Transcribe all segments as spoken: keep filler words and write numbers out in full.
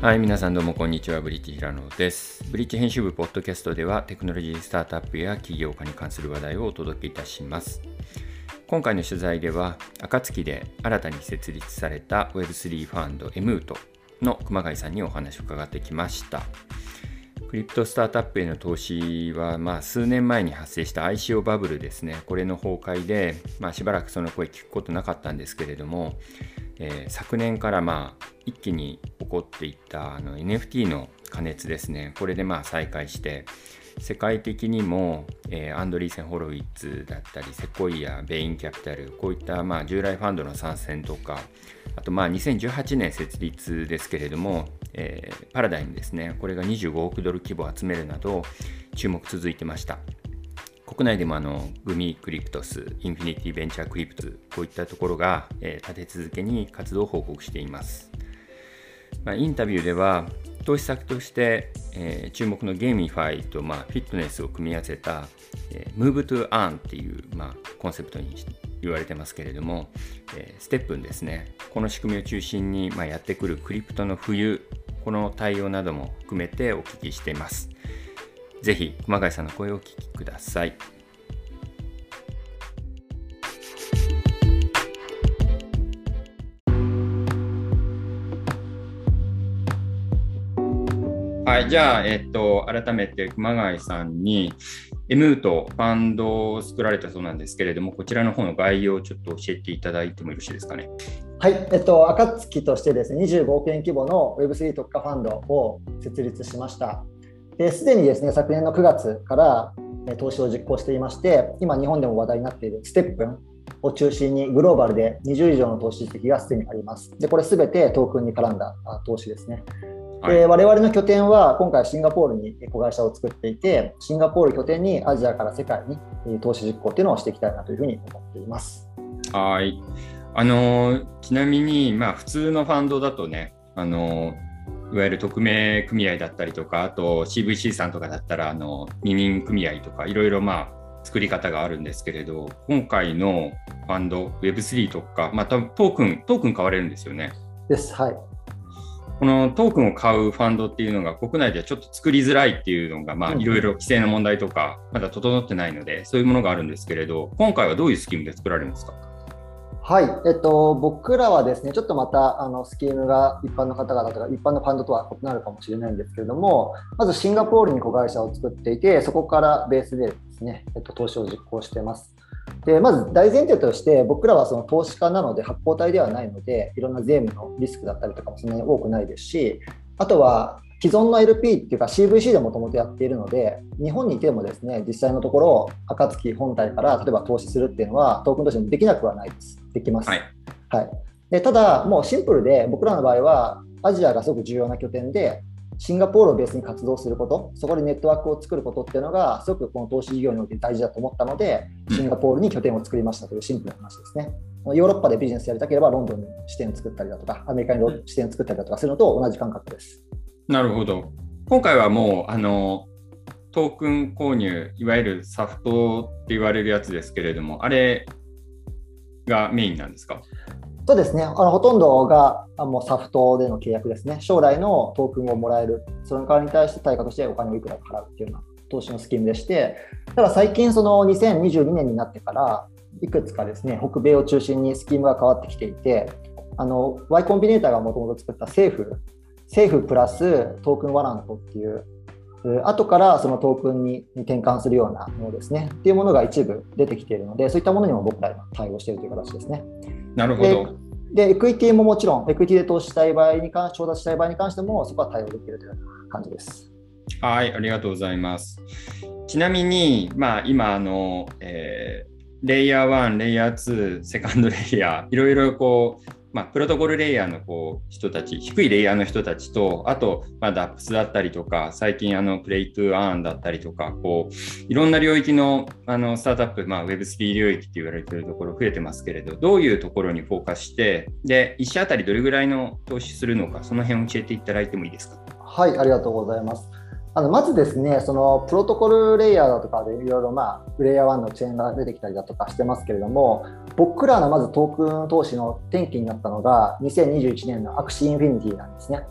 はい、皆さんどうもこんにちは。ブリッジ平野です。ブリッジ編集部ポッドキャストではテクノロジースタートアップや起業家に関する話題をお届けいたします。今回の取材では、暁で新たに設立された ウェブスリー ファンド エムート の熊谷さんにお話を伺ってきました。クリプトスタートアップへの投資は、まあ、数年前に発生した アイシーオー バブルですね。これの崩壊で、まあ、しばらくその声聞くことなかったんですけれども、えー、昨年からまあ一気に起こっていったあの エヌエフティー の過熱ですね。これでまあ再開して、世界的にも、えー、アンドリーセン・ホロウィッツだったり、セコイア、ベインキャピタル、こういったまあ従来ファンドの参戦とか、あとまあにせんじゅうはちねん設立ですけれども、えー、パラダイムですね。これがにじゅうごおくドル規模を集めるなど、注目続いてました。国内でもあのグミクリプトス、インフィニティベンチャークリプトス、こういったところが、えー、立て続けに活動を報告しています。まあ、インタビューでは投資先として、えー、注目のゲーミファイと、まあ、フィットネスを組み合わせた、えー、Move to Earn っていう、まあ、コンセプトに言われてますけれども、えー、ステップンですね。この仕組みを中心に、まあ、やってくるクリプトの冬、この対応なども含めてお聞きしています。ぜひ熊谷さんの声をお聞きください。はい、じゃあ、えっと、改めて熊谷さんに エムート ファンドを作られたそうなんですけれども、こちらの方の概要をちょっと教えていただいてもよろしいですかね。 はい、えっと、暁としてですね、にじゅうごおくえん規模の ウェブスリー 特化ファンドを設立しました。すでにですね、昨年のくがつから投資を実行していまして、今日本でも話題になっているステップンを中心にグローバルでにじゅう以上の投資実績がすでにあります。で、これすべてトークンに絡んだ投資ですね。で、我々の拠点は今回シンガポールに子会社を作っていて、シンガポール拠点にアジアから世界に投資実行というのをしていきたいなというふうに思っています。 はい。あのちなみに、まあ、普通のファンドだとね、あのいわゆる匿名組合だったりとか、あと シーブイシー さんとかだったらあの二人組合とかいろいろまあ作り方があるんですけれど、今回のファンド ウェブスリー とか、またトークントークン買われるんですよね。 です。はい。 このトークンを買うファンドっていうのが国内ではちょっと作りづらいっていうのが、まあいろいろ規制の問題とかまだ整ってないので、そういうものがあるんですけれど、今回はどういうスキームで作られますか？ はい、えっと、僕らはですね、ちょっとまたあのスキームが一般の方々とか一般のファンドとは異なるかもしれないんですけれども、まずシンガポールに子会社を作っていて、そこからベースでですね、えっと、投資を実行しています。で、まず大前提として、僕らはその投資家なので発行体ではないので、いろんな税務のリスクだったりとかもそんなに多くないですし、あとは既存の エルピー っていうか シーブイシー でもともとやっているので、日本にいてもですね、実際のところ暁本体から例えば投資するっていうのはトークンとしてもできなくはないです。できます。 はいはい、でただもうシンプルで、僕らの場合はアジアがすごく重要な拠点で、シンガポールをベースに活動すること、そこでネットワークを作ることっていうのがすごくこの投資事業において大事だと思ったので、シンガポールに拠点を作りましたというシンプルな話ですね。ヨーロッパでビジネスやりたければロンドンに支店を作ったりだとか、アメリカに支店を作ったりだとかするのと同じ感覚です。 なるほど。今回はもうあのトークン購入、いわゆるサフトって言われるやつですけれども、あれがメインなんですか？ そうですね、あのほとんどがもうサフトでの契約ですね。将来のトークンをもらえる、その代わりに対して対価としてお金をいくらか払うっていうような投資のスキームでして、ただ最近そのにせんにじゅうにねんになってからいくつかですね、北米を中心にスキームが変わってきていて、あの Y コンビネーターがもともと作った政府政府プラストークンワラントっていう後からそのトークンに転換するようなものですねっていうものが一部出てきているので、そういったものにも僕ら今対応しているという形ですね。 なるほど。 で、でエクイティももちろんエクイティで投資したい場合に関し調達したい場合に関してもそこは対応できるという感じです。 はい、ありがとうございます。ちなみに、まあ、今あの、えー、レイヤーワン、レイヤーツー、セカンドレイヤー、いろいろこうまあ、プロトコルレイヤーのこう人たち、低いレイヤーの人たちと、あと、まあ、ダップス だったりとか、最近あのプレイトゥーアーンだったりとか、こういろんな領域の、あのスタートアップ、まあ、ウェブスリー 領域って言われているところ増えてますけれど、どういうところにフォーカスして、で、いっ社あたりどれぐらいの投資するのか、その辺を教えていただいてもいいですか？ はい、ありがとうございます。あのまずですね、そのプロトコルレイヤーだとかでいろいろ、まあ、レイヤーワンのチェーンが出てきたりだとかしてますけれども、僕らのまずトークン投資の転機になったのがにせんにじゅういちねんのアクシーインフィニティなんですね。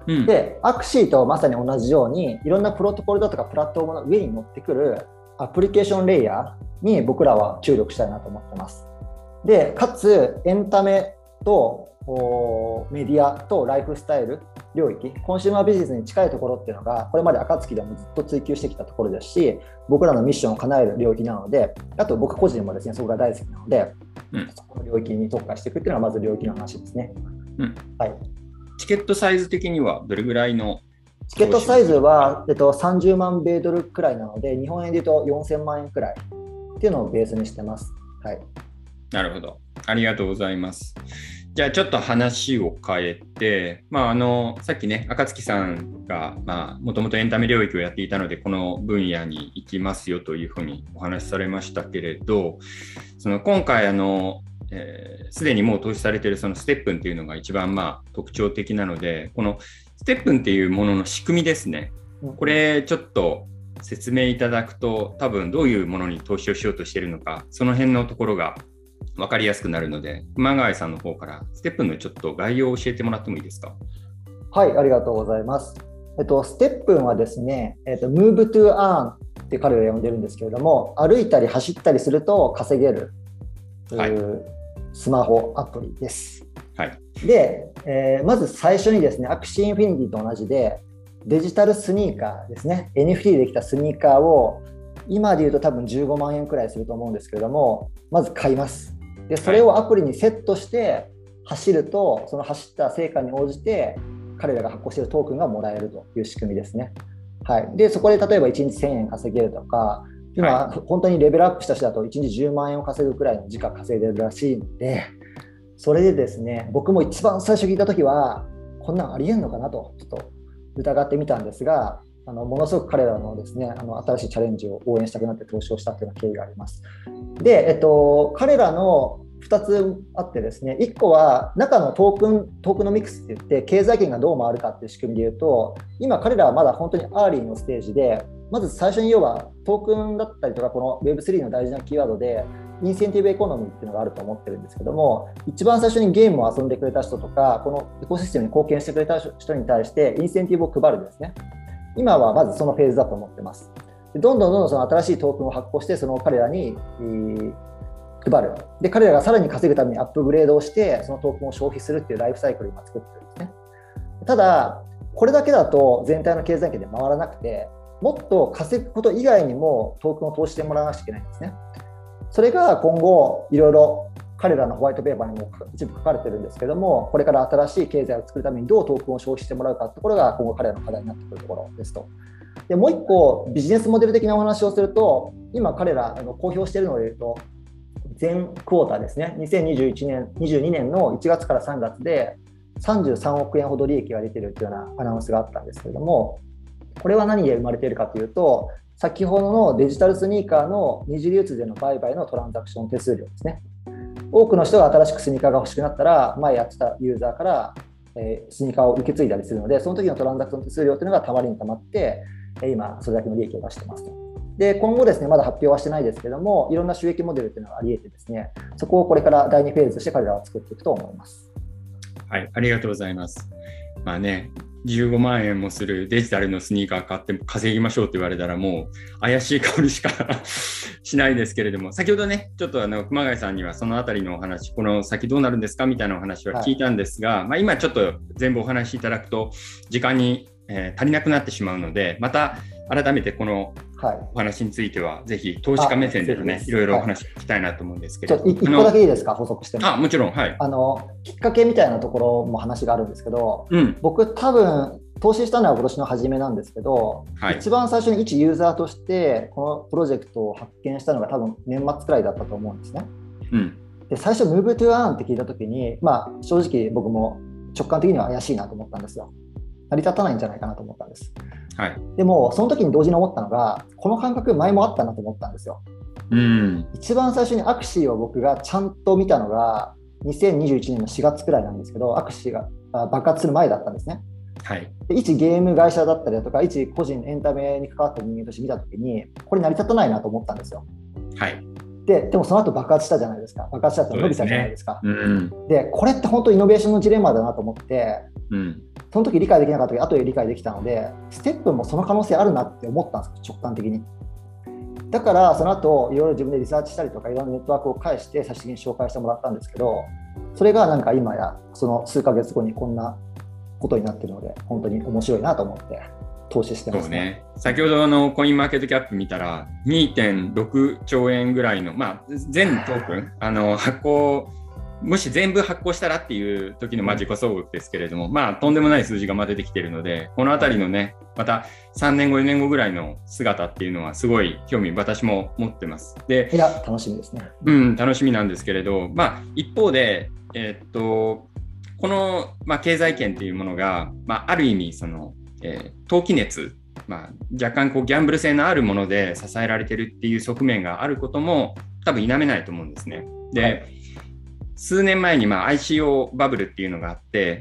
うん、 で、アクシーとまさに同じように、いろんなプロトコルだとかプラットフォームの上に乗ってくるアプリケーションレイヤーに僕らは注力したいなと思ってます。で、かつエンタメとメディアとライフスタイル領域、コンシューマービジネスに近いところっていうのがこれまで暁でもずっと追求してきたところですし、僕らのミッションを叶える領域なので、あと僕個人もですねそこが大好きなので、うん、そこの領域に特化していくっていうのがまず領域の話ですね。 うん、はい。チケットサイズ的にはどれぐらいの？ チケットサイズは、えっと、さんじゅうまん米ドルくらいなので、日本円で言うとよんせんまんえんくらいっていうのをベースにしてます。はい。 なるほど。ありがとうございます。じゃあちょっと話を変えて、まあ、あのさっきね、暁さんがもともとエンタメ領域をやっていたので、この分野に行きますよというふうにお話しされましたけれど、その今回あの、えー、すでにもう投資されているそのステップンっていうのが一番まあ特徴的なので、このステップンっていうものの仕組みですね、これちょっと説明いただくと、多分どういうものに投資をしようとしているのか、その辺のところが分かりやすくなるので、熊谷さんの方からステップンのちょっと概要を教えてもらってもいいですか？ はい、ありがとうございます。えっと、ステップンはですね、えっと、Move to Earn って彼ら呼んでるんですけれども、歩いたり走ったりすると稼げる、はい、スマホアプリです。 はい、 で、えー、まず最初にですね、アクシーインフィニティと同じで、デジタルスニーカーですね、エヌエフティー でできたスニーカーを、今でいうと多分じゅうごまんえんくらいすると思うんですけれども、まず買います。で、それをアプリにセットして走ると、その走った成果に応じて、彼らが発行しているトークンがもらえるという仕組みですね。はい、で、そこで例えばいちにちせんえん稼げるとか、今、はい、本当にレベルアップした人だといちにちじゅうまんえんを稼ぐくらいの時価稼いでるらしいので、それでですね、僕も一番最初聞いたときは、こんなんありえんのかなと、ちょっと疑ってみたんですが、あのものすごく彼らのですね、あの新しいチャレンジを応援したくなって投資をしたというような経緯があります。で、えっと、彼らのふたつあってですね、いっこは中のトークン、トークノミクスって言って、経済圏がどう回るかっていう仕組みで言うと、今彼らはまだ本当にアーリーのステージで、まず最初に要はトークンだったりとか、この ウェブスリー の大事なキーワードで、インセンティブエコノミーっていうのがあると思ってるんですけども、一番最初にゲームを遊んでくれた人とか、このエコシステムに貢献してくれた人に対してインセンティブを配るんですね。今はまずそのフェーズだと思ってます。で、どんどんどんどんその新しいトークンを発行して、その彼らに、えー、配る。で、彼らがさらに稼ぐためにアップグレードをして、そのトークンを消費するっていうライフサイクルを今作ってるんですね。ただ、これだけだと全体の経済圏で回らなくて、もっと稼ぐこと以外にもトークンを投資してもらわなきゃいけないんですね。それが今後いろいろ彼らのホワイトペーパーにも一部書かれてるんですけども、これから新しい経済を作るためにどうトークンを消費してもらうかというところが今後彼らの課題になってくるところですと。で、もう一個ビジネスモデル的なお話をすると、今彼らあの公表しているのでいうと、前クォーターですね、にせんにじゅういちねん、にじゅうにねんのいちがつからさんがつでさんじゅうさんおくえんほど利益が出ているというようなアナウンスがあったんですけれども、これは何で生まれているかというと、先ほどのデジタルスニーカーの二次流通での売買のトランザクション手数料ですね。多くの人が新しくスニーカーが欲しくなったら、前やってたユーザーから、えー、スニーカーを受け継いだりするので、その時のトランザクション手数料というのがたまりにたまって、今それだけの利益を出してますと。で、今後ですね、まだ発表はしてないですけども、いろんな収益モデルというのがあり得てですね、そこをこれからだいにフェーズとして彼らは作っていくと思います。 はい、ありがとうございます。まあね、じゅうごまんえんもするデジタルのスニーカー買って稼ぎましょうと言われたらもう怪しい香りしかしないですけれども、先ほどねちょっとあの熊谷さんにはそのあたりのお話、この先どうなるんですかみたいなお話は聞いたんですが、はい、まあ、今ちょっと全部お話しいただくと時間に、えー、足りなくなってしまうので、また改めてこのお話については、はい、ぜひ投資家目線でねいろいろお話聞きたいなと思うんですけど、 はい、ちょっといっこだけいいですか、補足しても。 あ、もちろん、はい、 あのきっかけみたいなところも話があるんですけど、 うん、 僕多分投資したのは今年の初めなんですけど、はい、一番最初に一ユーザーとしてこのプロジェクトを発見したのが多分年末くらいだったと思うんですね。 うん、 で、最初 Move to Earn って聞いたときに、まあ、正直僕も直感的には怪しいなと思ったんですよ。成り立たないんじゃないかなと思ったんです。 はい、 でもその時に同時に思ったのが、この感覚前もあったなと思ったんですよ。 うん、一番最初にアクシーを僕がちゃんと見たのがにせんにじゅういちねんのしがつくらいなんですけど、アクシーが爆発する前だったんですね。 はい、 で、一ゲーム会社だったりだとか、一個人エンタメに関わった人間として見たときに、これ成り立たないなと思ったんですよ。 はい、 で, でもその後爆発したじゃないですか。爆発したって伸びたじゃないですか。 そうですね。うん、 で、これって本当イノベーションのジレンマだなと思って、 うん、 その時理解できなかったけど後で理解できたので、ステップもその可能性あるなって思ったんですよ、直感的に。だからその後いろいろ自分でリサーチしたりとかいろんなネットワークを介して最終的に紹介してもらったんですけど、それがなんか今やその数ヶ月後にこんなことになっているので本当に面白いなと思って投資してますね。 そうね、先ほどのコインマーケットキャップ見たら にてんろくちょうえんぐらいの、まあ、全トークンあの発行、もし全部発行したらっていう時のまあ自己総額ですけれども、まあ、とんでもない数字がま出てきているので、このあたりのね、またさんねんごよねんごぐらいの姿っていうのはすごい興味私も持ってます。で、 いや楽しみですね。 うん、楽しみなんですけれど、まあ、一方で、えーっとこの、まあ、経済圏っていうものが、まあ、ある意味その、えー、投機熱、まあ、若干こうギャンブル性のあるもので支えられてるっていう側面があることも多分否めないと思うんですね。で、はい、数年前にまあ アイシーオー バブルっていうのがあって、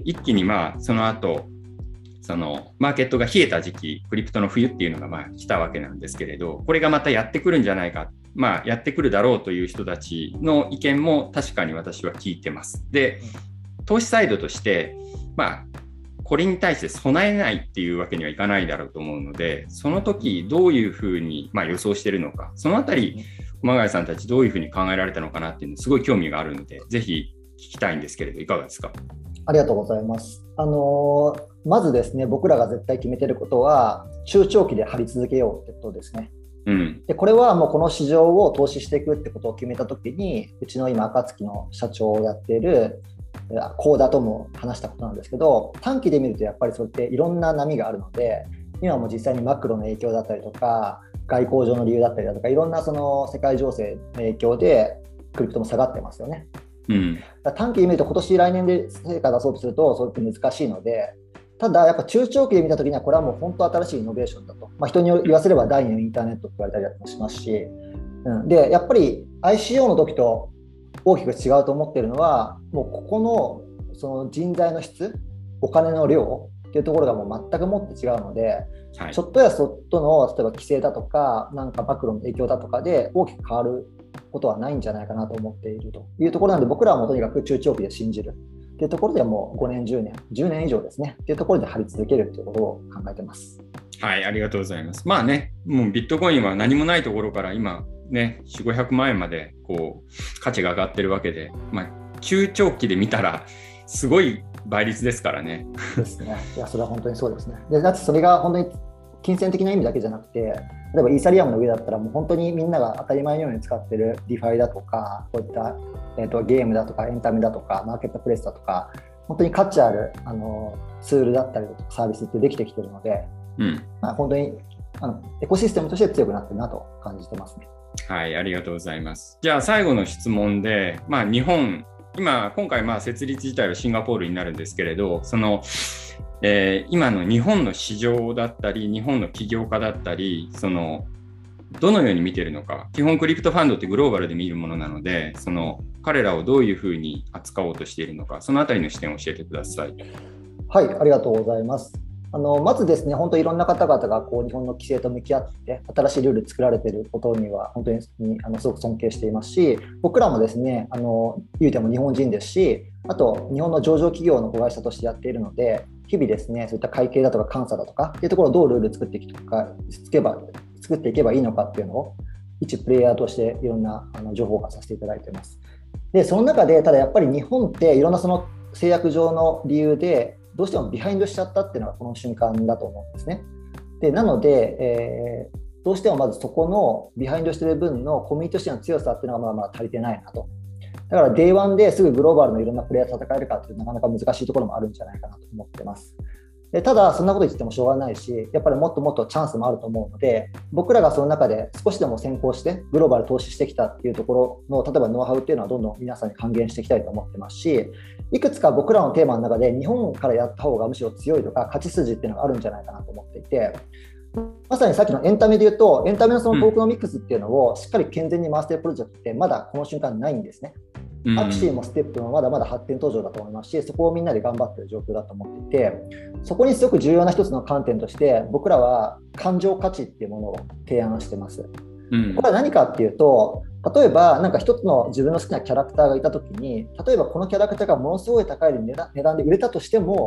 一気にまあその後そのマーケットが冷えた時期、クリプトの冬っていうのがまあ来たわけなんですけれど、これがまたやってくるんじゃないか、まあ、やってくるだろうという人たちの意見も確かに私は聞いてます。で、投資サイドとして、まあ、これに対して備えないっていうわけにはいかないだろうと思うので、その時どういうふうにまあ予想しているのか、そのあたり熊谷さんたちどういうふうに考えられたのかなっていうのすごい興味があるので、ぜひ聞きたいんですけれど、いかがですか？ ありがとうございます。あのー、まずですね、僕らが絶対決めていることは中長期で張り続けようってことですね。うん、でこれはもうこの市場を投資していくってことを決めたときに、うちの今暁の社長をやっている幸田とも話したことなんですけど、短期で見るとやっぱりそうやっていろんな波があるので、今も実際にマクロの影響だったりとか外交上の理由だったりだとか、いろんなその世界情勢の影響でクリプトも下がってますよね。うん、だ短期で見ると今年来年で成果出そうとするとそれって難しいので、ただやっぱ中長期で見たときにはこれはもう本当新しいイノベーションだと、まあ、人に言わせれば第二のインターネットって言われたりもしますし、うん、でやっぱり アイシーオー の時と大きく違うと思っているのは、もうここのその人材の質、お金の量っていうところがもう全くもって違うので、はい、ちょっとやそっとの例えば規制だとかなんかマクロの影響だとかで大きく変わることはないんじゃないかなと思っているというところなので、僕らはもうとにかく中長期で信じるっていうところでもうごねんじゅうねんじゅうねん以上ですねっていうところで張り続けるっていうことを考えてます。 はい、ありがとうございます。まあね、もうビットコインは何もないところから今ね、よんひゃく、ごひゃくまんえんまでこう価値が上がってるわけで、まあ、中長期で見たらすごい倍率ですからね。 ですね。いや、それは本当にそうですね。で、だってそれが本当に金銭的な意味だけじゃなくて、例えばイーサリアムの上だったらもう本当にみんなが当たり前のように使ってるディファイだとか、こういった、えーと、ゲームだとかエンタメだとかマーケットプレイスだとか、本当に価値あるあのツールだったりとかサービスってできてきてるので、うんまあ、本当にあのエコシステムとして強くなってるなと感じてますね。 はい、ありがとうございます。じゃあ最後の質問で、まあ、日本今今回まあ設立自体はシンガポールになるんですけれど、その、えー、今の日本の市場だったり日本の起業家だったり、そのどのように見ているのか。基本クリプトファンドってグローバルで見るものなので、その彼らをどういうふうに扱おうとしているのか、そのあたりの視点を教えてください。 はい、ありがとうございます。あのまずですね、本当にいろんな方々がこう日本の規制と向き合って新しいルール作られていることには本当にあのすごく尊敬していますし、僕らもですね、あの言うても日本人ですし、あと日本の上場企業の子会社としてやっているので、日々ですね、そういった会計だとか監査だとかっていうところをどうルール作っていくかつけば作っていけばいいのかっていうのを一プレイヤーとしていろんなあの情報化させていただいています。で、その中でただやっぱり日本っていろんなその制約上の理由でどうしてもビハインドしちゃったっていうのがこの瞬間だと思うんですね。でなので、えー、どうしてもまずそこのビハインドしている分のコミュニティとしての強さっていうのがまあまあ足りてないなと。だからデイワンですぐグローバルのいろんなプレイヤーと戦えるかっていうなかなか難しいところもあるんじゃないかなと思ってます。でただそんなこと言ってもしょうがないし、やっぱりもっともっとチャンスもあると思うので、僕らがその中で少しでも先行してグローバル投資してきたっていうところの例えばノウハウっていうのはどんどん皆さんに還元していきたいと思ってますし、いくつか僕らのテーマの中で日本からやった方がむしろ強いとか勝ち筋っていうのがあるんじゃないかなと思っていて、まさにさっきのエンタメで言うとエンタメのそのトークノミックスっていうのをしっかり健全に回しているプロジェクトってまだこの瞬間ないんですね。アクシーもステップもまだまだ発展途上だと思いますし、そこをみんなで頑張っている状況だと思っていて、そこにすごく重要な一つの観点として僕らは感情価値っていうものを提案してます。うん、これは何かっていうと、例えばなんか一つの自分の好きなキャラクターがいたときに、例えばこのキャラクターがものすごい高い値段で売れたとしても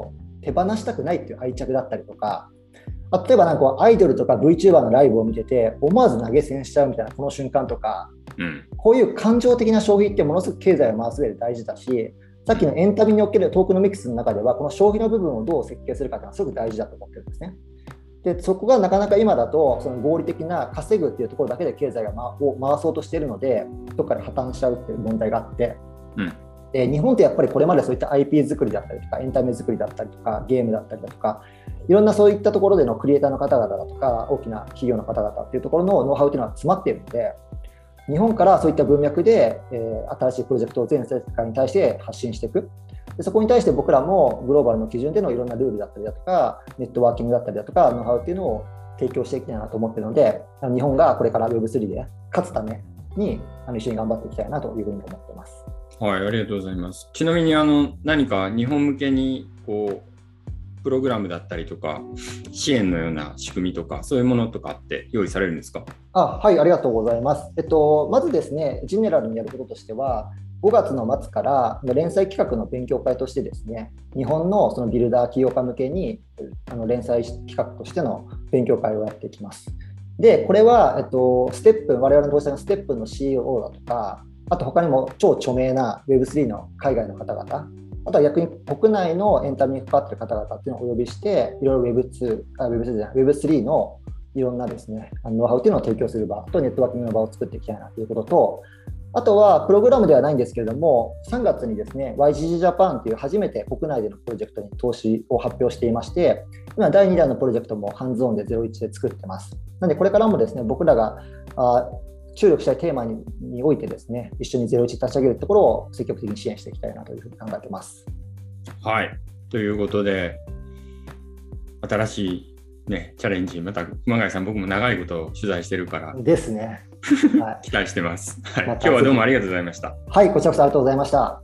手放したくないっていう愛着だったりとか、例えばなんかアイドルとか VTuber のライブを見てて思わず投げ銭しちゃうみたいなこの瞬間とか、うん、こういう感情的な消費ってものすごく経済を回す上で大事だし、さっきのエンタメにおけるトークノミクスの中ではこの消費の部分をどう設計するかっていうのはすごく大事だと思ってるんですね。でそこがなかなか今だとその合理的な稼ぐっていうところだけで経済が、ま、を回そうとしているのでどっかで破綻しちゃうっていう問題があって、うんで日本ってやっぱりこれまでそういった アイピー 作りだったりとかエンタメ作りだったりとかゲームだったりだとかいろんなそういったところでのクリエイターの方々だとか大きな企業の方々っていうところのノウハウというのは詰まっているので、日本からそういった文脈で、えー、新しいプロジェクトを全世界に対して発信していく。でそこに対して僕らもグローバルの基準でのいろんなルールだったりだとかネットワーキングだったりだとかノウハウっていうのを提供していきたいなと思っているので、日本がこれから ウェブスリー で勝つためにあの一緒に頑張っていきたいなというふうに思っています。 はい、ありがとうございます。ちなみにあの何か日本向けにこうプログラムだったりとか支援のような仕組みとかそういうものとかって用意されるんですか？ あ、はい、ありがとうございます。えっと、まずですね、ジェネラルにやることとしてはごがつの末から連載企画の勉強会としてですね、日本のそのビルダー企業家向けにあの連載企画としての勉強会をやっていきます。で、これは、えっと、ステップ、我々の投資家のステップの シーイーオー だとか、あと他にも超著名な ウェブスリー の海外の方々、あとは逆に国内のエンタメに関わっている方々っていうのをお呼びして、いろいろ ウェブツー、あ、ウェブツー じゃない、ウェブスリー のいろんなですね、ノウハウっていうのを提供する場とネットワーキングの場を作っていきたいなということと、あとはプログラムではないんですけれども、さんがつにですね、ワイジージー ジャパンという初めて国内でのプロジェクトに投資を発表していまして、今だいにだんのプロジェクトもハンズオンでゼロイチで作ってます。なのでこれからもですね、僕らがあ注力したいテーマ に, においてですね、一緒にゼロイチ立ち上げるところを積極的に支援していきたいなというふうに考えています。 はい、ということで新しい、ね、チャレンジ、また熊谷さん僕も長いこと取材してるからですね、はい、 期待してます、はい、今日はどうもありがとうございました。 はい、こちらこそありがとうございました。